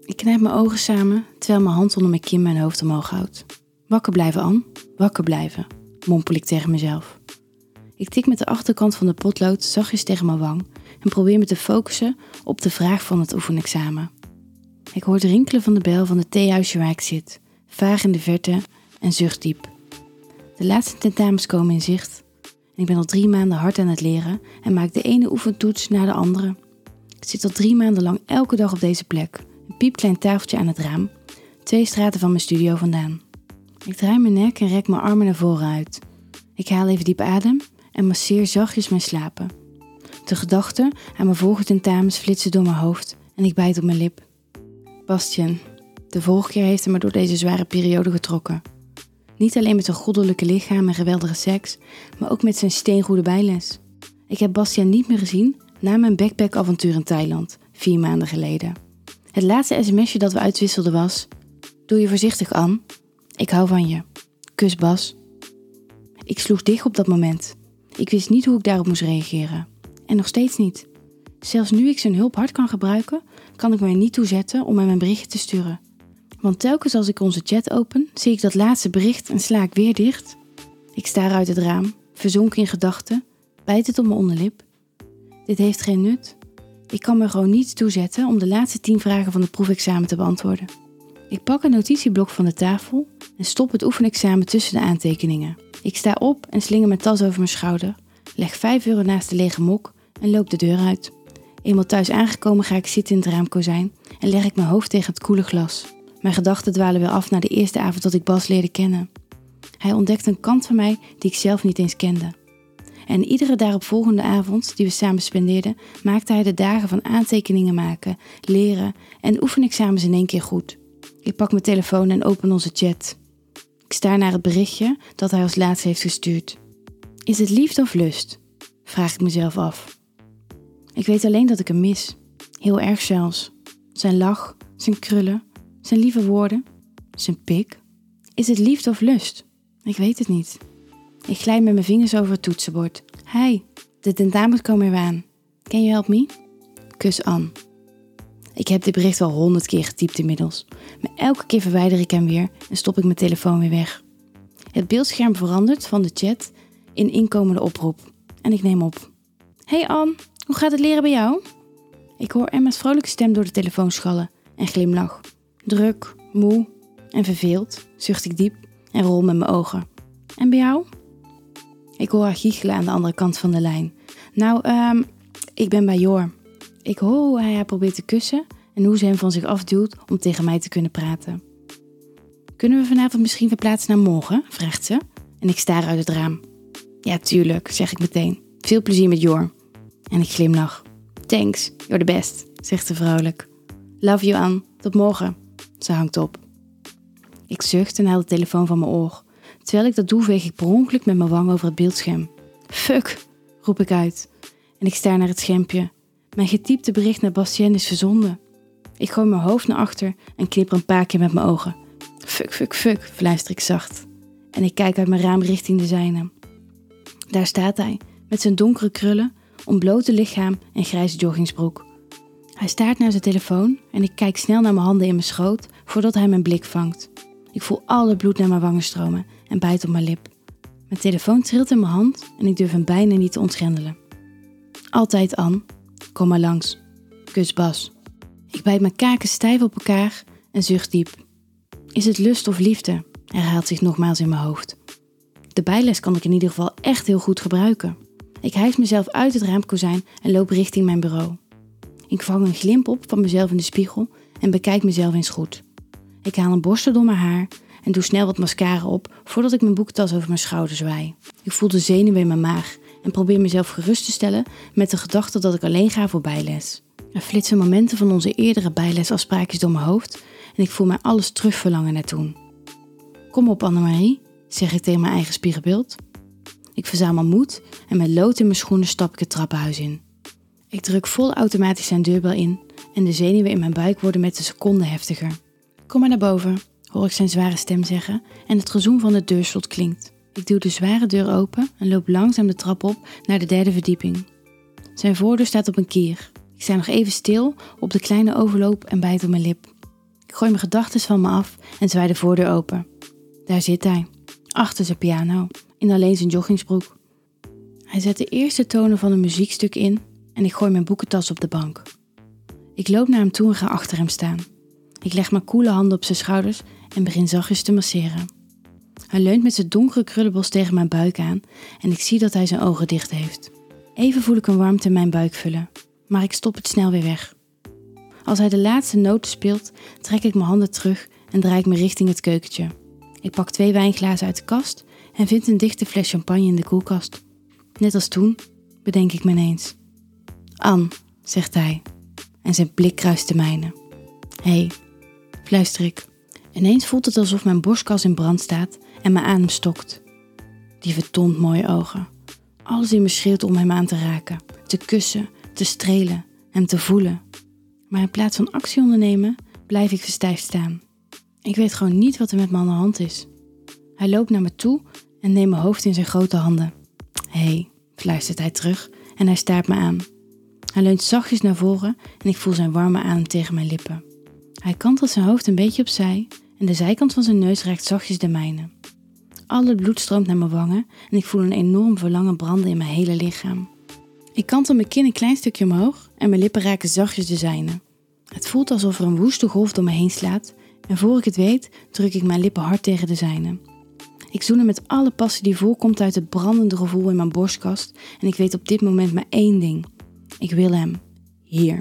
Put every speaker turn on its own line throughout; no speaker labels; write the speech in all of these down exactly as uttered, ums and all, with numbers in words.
Ik knijp mijn ogen samen, terwijl mijn hand onder mijn kin mijn hoofd omhoog houdt. Wakker blijven, Ann. Wakker blijven, mompel ik tegen mezelf. Ik tik met de achterkant van de potlood zachtjes tegen mijn wang en probeer me te focussen op de vraag van het oefenexamen. Ik hoor het rinkelen van de bel van het theehuisje waar ik zit, vaag in de verte en zucht diep. De laatste tentamens komen in zicht en ik ben al drie maanden hard aan het leren en maak de ene oefentoets na de andere. Ik zit al drie maanden lang elke dag op deze plek, een piepklein tafeltje aan het raam, twee straten van mijn studio vandaan. Ik draai mijn nek en rek mijn armen naar voren uit. Ik haal even diep adem en masseer zachtjes mijn slapen. De gedachten aan mijn volgende tentamens flitsen door mijn hoofd en ik bijt op mijn lip. Bastiaan, de vorige keer heeft hij me door deze zware periode getrokken. Niet alleen met zijn goddelijke lichaam en geweldige seks, maar ook met zijn steengoede bijles. Ik heb Bastiaan niet meer gezien na mijn backpackavontuur in Thailand, vier maanden geleden. Het laatste sms'je dat we uitwisselden was: doe je voorzichtig, Ann. Ik hou van je. Kus Bas. Ik sloeg dicht op dat moment. Ik wist niet hoe ik daarop moest reageren. En nog steeds niet. Zelfs nu ik zijn hulp hard kan gebruiken, kan ik me er niet toe zetten om hem een berichtje te sturen. Want telkens als ik onze chat open, zie ik dat laatste bericht en sla ik weer dicht. Ik staar uit het raam, verzonken in gedachten, bijt het op mijn onderlip. Dit heeft geen nut. Ik kan me gewoon niet toezetten om de laatste tien vragen van het proefexamen te beantwoorden. Ik pak een notitieblok van de tafel en stop het oefenexamen tussen de aantekeningen. Ik sta op en slinger mijn tas over mijn schouder, leg vijf euro naast de lege mok en loop de deur uit. Eenmaal thuis aangekomen ga ik zitten in het raamkozijn en leg ik mijn hoofd tegen het koele glas. Mijn gedachten dwalen weer af naar de eerste avond dat ik Bas leerde kennen. Hij ontdekte een kant van mij die ik zelf niet eens kende. En iedere daaropvolgende avond die we samen spendeerden, maakte hij de dagen van aantekeningen maken, leren en oefenexamens in één keer goed. Ik pak mijn telefoon en open onze chat. Ik staar naar het berichtje dat hij als laatste heeft gestuurd. Is het liefde of lust? Vraag ik mezelf af. Ik weet alleen dat ik hem mis. Heel erg zelfs. Zijn lach, zijn krullen, zijn lieve woorden, zijn pik. Is het liefde of lust? Ik weet het niet. Ik glijd met mijn vingers over het toetsenbord. Hey, de tentamens komen weer aan. Can you help me? Kus Ann. Ik heb dit bericht wel honderd keer getypt inmiddels. Maar elke keer verwijder ik hem weer en stop ik mijn telefoon weer weg. Het beeldscherm verandert van de chat in inkomende oproep. En ik neem op. Hey Ann, hoe gaat het leren bij jou? Ik hoor Emma's vrolijke stem door de telefoon schallen en glimlach. Druk, moe en verveeld, zucht ik diep en rol met mijn ogen. En bij jou? Ik hoor haar giechelen aan de andere kant van de lijn. Nou, um, ik ben bij Jor. Ik hoor hoe hij haar probeert te kussen en hoe ze hem van zich afduwt om tegen mij te kunnen praten. Kunnen we vanavond misschien verplaatsen naar morgen? Vraagt ze en ik staar uit het raam. Ja, tuurlijk, zeg ik meteen. Veel plezier met Jor. En ik glimlach. Thanks, you're the best, zegt ze vrolijk. Love you, Ann. Tot morgen. Ze hangt op. Ik zucht en haal de telefoon van mijn oor. Terwijl ik dat doe, veeg ik per ongeluk met mijn wang over het beeldscherm. Fuck, roep ik uit. En ik staar naar het schermpje. Mijn getypte bericht naar Bastiaan is verzonden. Ik gooi mijn hoofd naar achter en knipper een paar keer met mijn ogen. Fuck, fuck, fuck, fluister ik zacht. En ik kijk uit mijn raam richting de zijne. Daar staat hij, met zijn donkere krullen, ontblote lichaam en grijze joggingsbroek. Hij staart naar zijn telefoon en ik kijk snel naar mijn handen in mijn schoot voordat hij mijn blik vangt. Ik voel alle bloed naar mijn wangen stromen en bijt op mijn lip. Mijn telefoon trilt in mijn hand en ik durf hem bijna niet te ontgrendelen. Altijd Ann, kom maar langs. Kus Bas. Ik bijt mijn kaken stijf op elkaar en zucht diep. Is het lust of liefde? Herhaalt zich nogmaals in mijn hoofd. De bijles kan ik in ieder geval echt heel goed gebruiken. Ik hijs mezelf uit het raamkozijn en loop richting mijn bureau. Ik vang een glimp op van mezelf in de spiegel en bekijk mezelf eens goed. Ik haal een borstel door mijn haar en doe snel wat mascara op voordat ik mijn boektas over mijn schouder zwaai. Ik voel de zenuwen in mijn maag en probeer mezelf gerust te stellen met de gedachte dat ik alleen ga voor bijles. Er flitsen momenten van onze eerdere bijlesafspraakjes door mijn hoofd en ik voel mij alles terugverlangen naar toen. Kom op Annemarie, zeg ik tegen mijn eigen spiegelbeeld. Ik verzamel moed en met lood in mijn schoenen stap ik het trappenhuis in. Ik druk vol automatisch zijn deurbel in en de zenuwen in mijn buik worden met de seconde heftiger. Kom maar naar boven, hoor ik zijn zware stem zeggen en het gezoem van het deurslot klinkt. Ik duw de zware deur open en loop langzaam de trap op naar de derde verdieping. Zijn voordeur staat op een kier. Ik sta nog even stil op de kleine overloop en bijt op mijn lip. Ik gooi mijn gedachten van me af en zwaai de voordeur open. Daar zit hij, achter zijn piano, in alleen zijn joggingsbroek. Hij zet de eerste tonen van een muziekstuk in en ik gooi mijn boekentas op de bank. Ik loop naar hem toe en ga achter hem staan. Ik leg mijn koele handen op zijn schouders en begin zachtjes te masseren. Hij leunt met zijn donkere krullenbos tegen mijn buik aan en ik zie dat hij zijn ogen dicht heeft. Even voel ik een warmte in mijn buik vullen, maar ik stop het snel weer weg. Als hij de laatste noten speelt, trek ik mijn handen terug en draai ik me richting het keukentje. Ik pak twee wijnglazen uit de kast en vind een dichte fles champagne in de koelkast. Net als toen, bedenk ik me ineens. Ann, zegt hij, en zijn blik kruist de mijne. Hé, hey, fluister ik. Ineens voelt het alsof mijn borstkas in brand staat en mijn adem stokt. Die verdomd mooie ogen. Alles in me schreeuwt om hem aan te raken, te kussen, te strelen, hem te voelen. Maar in plaats van actie ondernemen, blijf ik verstijfd staan. Ik weet gewoon niet wat er met me aan de hand is. Hij loopt naar me toe en neemt mijn hoofd in zijn grote handen. Hé, hey, fluistert hij terug en hij staart me aan. Hij leunt zachtjes naar voren en ik voel zijn warme adem tegen mijn lippen. Hij kantelt zijn hoofd een beetje opzij en de zijkant van zijn neus raakt zachtjes de mijne. Al het bloed stroomt naar mijn wangen en ik voel een enorm verlangen branden in mijn hele lichaam. Ik kantel mijn kin een klein stukje omhoog en mijn lippen raken zachtjes de zijne. Het voelt alsof er een woeste golf door me heen slaat en voor ik het weet druk ik mijn lippen hard tegen de zijne. Ik zoen hem met alle passie die voorkomt uit het brandende gevoel in mijn borstkast en ik weet op dit moment maar één ding. Ik wil hem. Hier.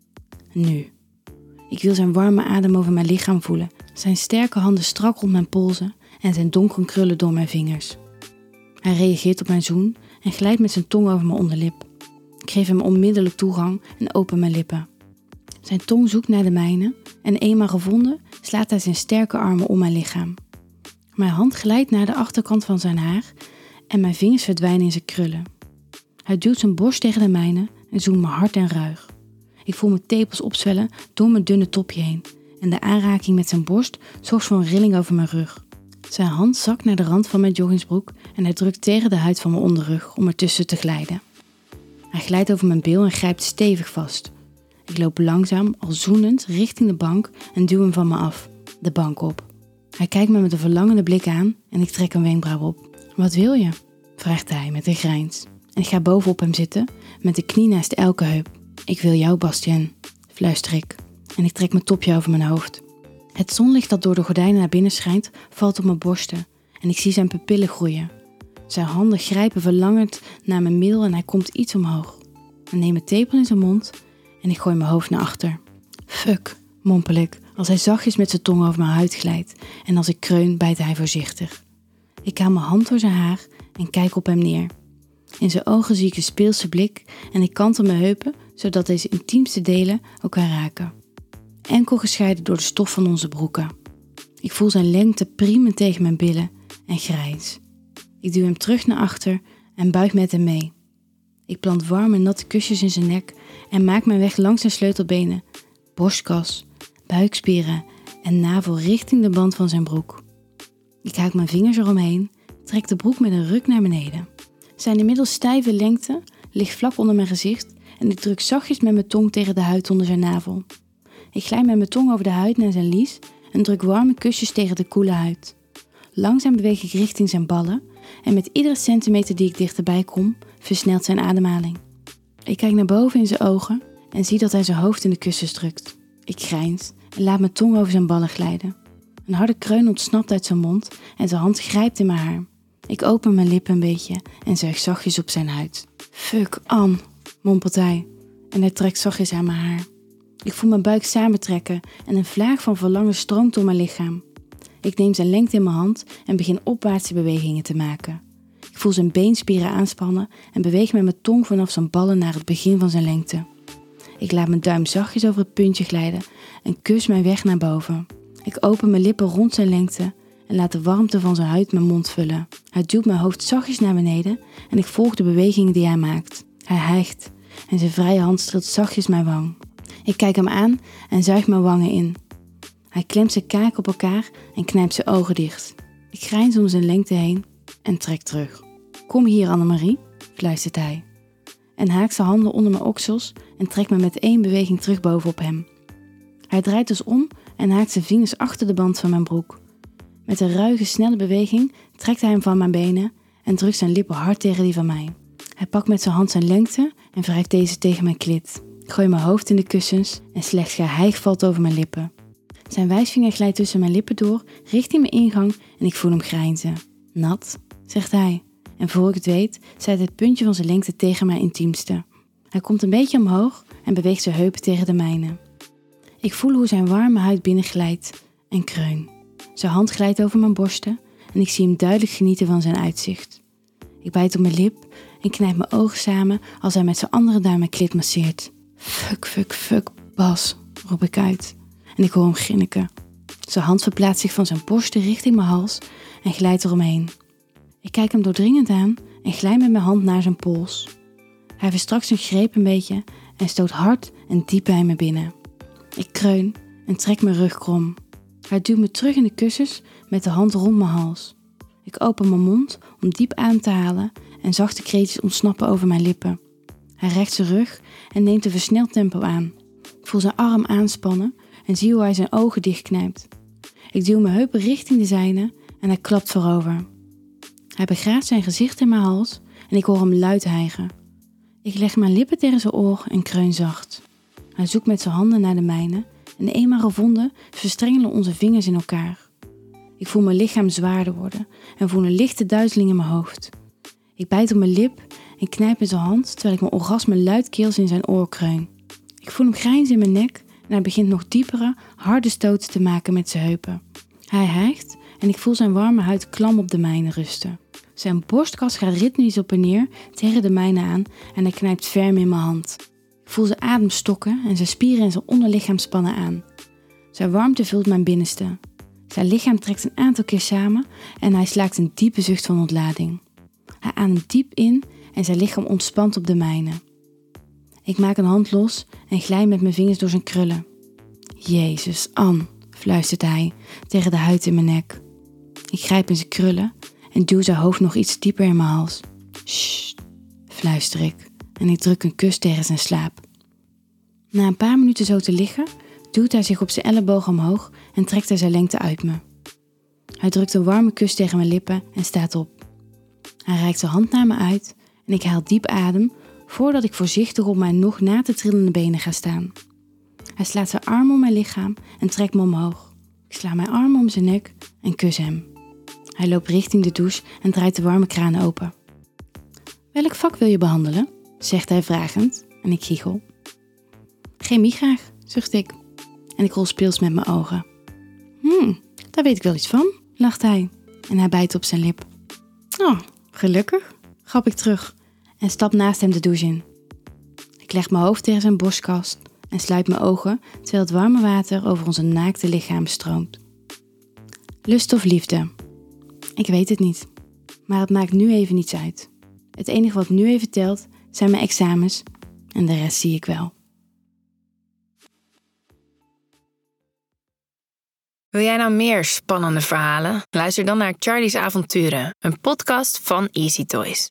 Nu. Ik wil zijn warme adem over mijn lichaam voelen, zijn sterke handen strak rond mijn polsen en zijn donkere krullen door mijn vingers. Hij reageert op mijn zoen en glijdt met zijn tong over mijn onderlip. Ik geef hem onmiddellijk toegang en open mijn lippen. Zijn tong zoekt naar de mijne en eenmaal gevonden slaat hij zijn sterke armen om mijn lichaam. Mijn hand glijdt naar de achterkant van zijn haar en mijn vingers verdwijnen in zijn krullen. Hij duwt zijn borst tegen de mijne en zoemt me hard en ruig. Ik voel mijn tepels opzwellen door mijn dunne topje heen en de aanraking met zijn borst zorgt voor een rilling over mijn rug. Zijn hand zakt naar de rand van mijn joggingsbroek en hij drukt tegen de huid van mijn onderrug om ertussen te glijden. Hij glijdt over mijn bil en grijpt stevig vast. Ik loop langzaam, al zoenend, richting de bank en duw hem van me af, de bank op. Hij kijkt me met een verlangende blik aan en ik trek een wenkbrauw op. Wat wil je? Vraagt hij met een grijns. En ik ga bovenop hem zitten, met de knie naast elke heup. Ik wil jou, Bastien, fluister ik. En ik trek mijn topje over mijn hoofd. Het zonlicht dat door de gordijnen naar binnen schijnt, valt op mijn borsten. En ik zie zijn pupillen groeien. Zijn handen grijpen verlangend naar mijn middel en hij komt iets omhoog. Hij neemt mijn tepel in zijn mond en ik gooi mijn hoofd naar achter. Fuck, mompel ik, als hij zachtjes met zijn tong over mijn huid glijdt. En als ik kreun, bijt hij voorzichtig. Ik haal mijn hand door zijn haar en kijk op hem neer. In zijn ogen zie ik een speelse blik en ik kantel mijn heupen, zodat deze intiemste delen elkaar raken. Enkel gescheiden door de stof van onze broeken. Ik voel zijn lengte priemen tegen mijn billen en grijns. Ik duw hem terug naar achter en buig met hem mee. Ik plant warme natte kusjes in zijn nek en maak mijn weg langs zijn sleutelbenen, borstkas, buikspieren en navel richting de band van zijn broek. Ik haak mijn vingers eromheen, trek de broek met een ruk naar beneden. Zijn inmiddels stijve lengte ligt vlak onder mijn gezicht en ik druk zachtjes met mijn tong tegen de huid onder zijn navel. Ik glijd met mijn tong over de huid naar zijn lies en druk warme kusjes tegen de koele huid. Langzaam beweeg ik richting zijn ballen en met iedere centimeter die ik dichterbij kom, versnelt zijn ademhaling. Ik kijk naar boven in zijn ogen en zie dat hij zijn hoofd in de kussens drukt. Ik grijns en laat mijn tong over zijn ballen glijden. Een harde kreun ontsnapt uit zijn mond en zijn hand grijpt in mijn haar. Ik open mijn lippen een beetje en zuig zachtjes op zijn huid. Fuck, Ann, mompelt hij en hij trekt zachtjes aan mijn haar. Ik voel mijn buik samentrekken en een vlaag van verlangen stroomt door mijn lichaam. Ik neem zijn lengte in mijn hand en begin opwaartse bewegingen te maken. Ik voel zijn beenspieren aanspannen en beweeg met mijn tong vanaf zijn ballen naar het begin van zijn lengte. Ik laat mijn duim zachtjes over het puntje glijden en kus mijn weg naar boven. Ik open mijn lippen rond zijn lengte en laat de warmte van zijn huid mijn mond vullen. Hij duwt mijn hoofd zachtjes naar beneden en ik volg de bewegingen die hij maakt. Hij hijgt en zijn vrije hand streelt zachtjes mijn wang. Ik kijk hem aan en zuig mijn wangen in. Hij klemt zijn kaak op elkaar en knijpt zijn ogen dicht. Ik grijns om zijn lengte heen en trek terug. Kom hier, Annemarie, fluistert hij. En haakt zijn handen onder mijn oksels en trekt me met één beweging terug bovenop hem. Hij draait dus om en haakt zijn vingers achter de band van mijn broek. Met een ruige, snelle beweging trekt hij hem van mijn benen en drukt zijn lippen hard tegen die van mij. Hij pakt met zijn hand zijn lengte en wrijft deze tegen mijn klit. Ik gooi mijn hoofd in de kussens en slechts geheig valt over mijn lippen. Zijn wijsvinger glijdt tussen mijn lippen door, richting mijn ingang en ik voel hem grijnzen. Nat, zegt hij. En voor ik het weet, zet het puntje van zijn lengte tegen mijn intiemste. Hij komt een beetje omhoog en beweegt zijn heupen tegen de mijne. Ik voel hoe zijn warme huid binnenglijdt en kreun. Zijn hand glijdt over mijn borsten en ik zie hem duidelijk genieten van zijn uitzicht. Ik bijt op mijn lip en knijp mijn ogen samen als hij met zijn andere duim mijn klit masseert. Fuck, fuck, fuck, Bas, roep ik uit. En ik hoor hem grinniken. Zijn hand verplaatst zich van zijn borsten richting mijn hals en glijdt eromheen. Ik kijk hem doordringend aan en glij met mijn hand naar zijn pols. Hij verstrakt zijn greep een beetje en stoot hard en diep bij me binnen. Ik kreun en trek mijn rug krom. Hij duwt me terug in de kussens met de hand rond mijn hals. Ik open mijn mond om diep adem te halen en zachte kreetjes ontsnappen over mijn lippen. Hij recht zijn rug en neemt een versneld tempo aan. Ik voel zijn arm aanspannen en zie hoe hij zijn ogen dichtknijpt. Ik duw mijn heupen richting de zijne en hij klapt voorover. Hij begraaft zijn gezicht in mijn hals en ik hoor hem luid hijgen. Ik leg mijn lippen tegen zijn oor en kreun zacht. Hij zoekt met zijn handen naar de mijne en eenmaal gevonden verstrengelen onze vingers in elkaar. Ik voel mijn lichaam zwaarder worden en voel een lichte duizeling in mijn hoofd. Ik bijt op mijn lip en knijp in zijn hand terwijl ik mijn orgasme luidkeels in zijn oor kreun. Ik voel hem grijnzen in mijn nek en hij begint nog diepere, harde stoten te maken met zijn heupen. Hij hijgt en ik voel zijn warme huid klam op de mijne rusten. Zijn borstkas gaat ritmisch op en neer tegen de mijne aan en hij knijpt ferm in mijn hand. Ik voel zijn adem stokken en zijn spieren in zijn onderlichaam spannen aan. Zijn warmte vult mijn binnenste. Zijn lichaam trekt een aantal keer samen en hij slaakt een diepe zucht van ontlading. Hij ademt diep in en zijn lichaam ontspant op de mijne. Ik maak een hand los en glij met mijn vingers door zijn krullen. Jezus, Ann, fluistert hij tegen de huid in mijn nek. Ik grijp in zijn krullen en duw zijn hoofd nog iets dieper in mijn hals. Sst, fluister ik en ik druk een kus tegen zijn slaap. Na een paar minuten zo te liggen, duwt hij zich op zijn elleboog omhoog en trekt hij zijn lengte uit me. Hij drukt een warme kus tegen mijn lippen en staat op. Hij reikt zijn hand naar me uit en ik haal diep adem voordat ik voorzichtig op mijn nog na te trillende benen ga staan. Hij slaat zijn arm om mijn lichaam en trekt me omhoog. Ik sla mijn arm om zijn nek en kus hem. Hij loopt richting de douche en draait de warme kraan open. Welk vak wil je behandelen? Zegt hij vragend en ik giechel. Chemie graag, zucht ik. En ik rol speels met mijn ogen. Hmm, daar weet ik wel iets van, lacht hij. En hij bijt op zijn lip. Oh, gelukkig, grap ik terug en stap naast hem de douche in. Ik leg mijn hoofd tegen zijn borstkast en sluit mijn ogen terwijl het warme water over onze naakte lichaam stroomt. Lust of liefde? Ik weet het niet, maar het maakt nu even niets uit. Het enige wat nu even telt zijn mijn examens en de rest zie ik wel.
Wil jij nou meer spannende verhalen? Luister dan naar Charlie's Avonturen, een podcast van Easy Toys.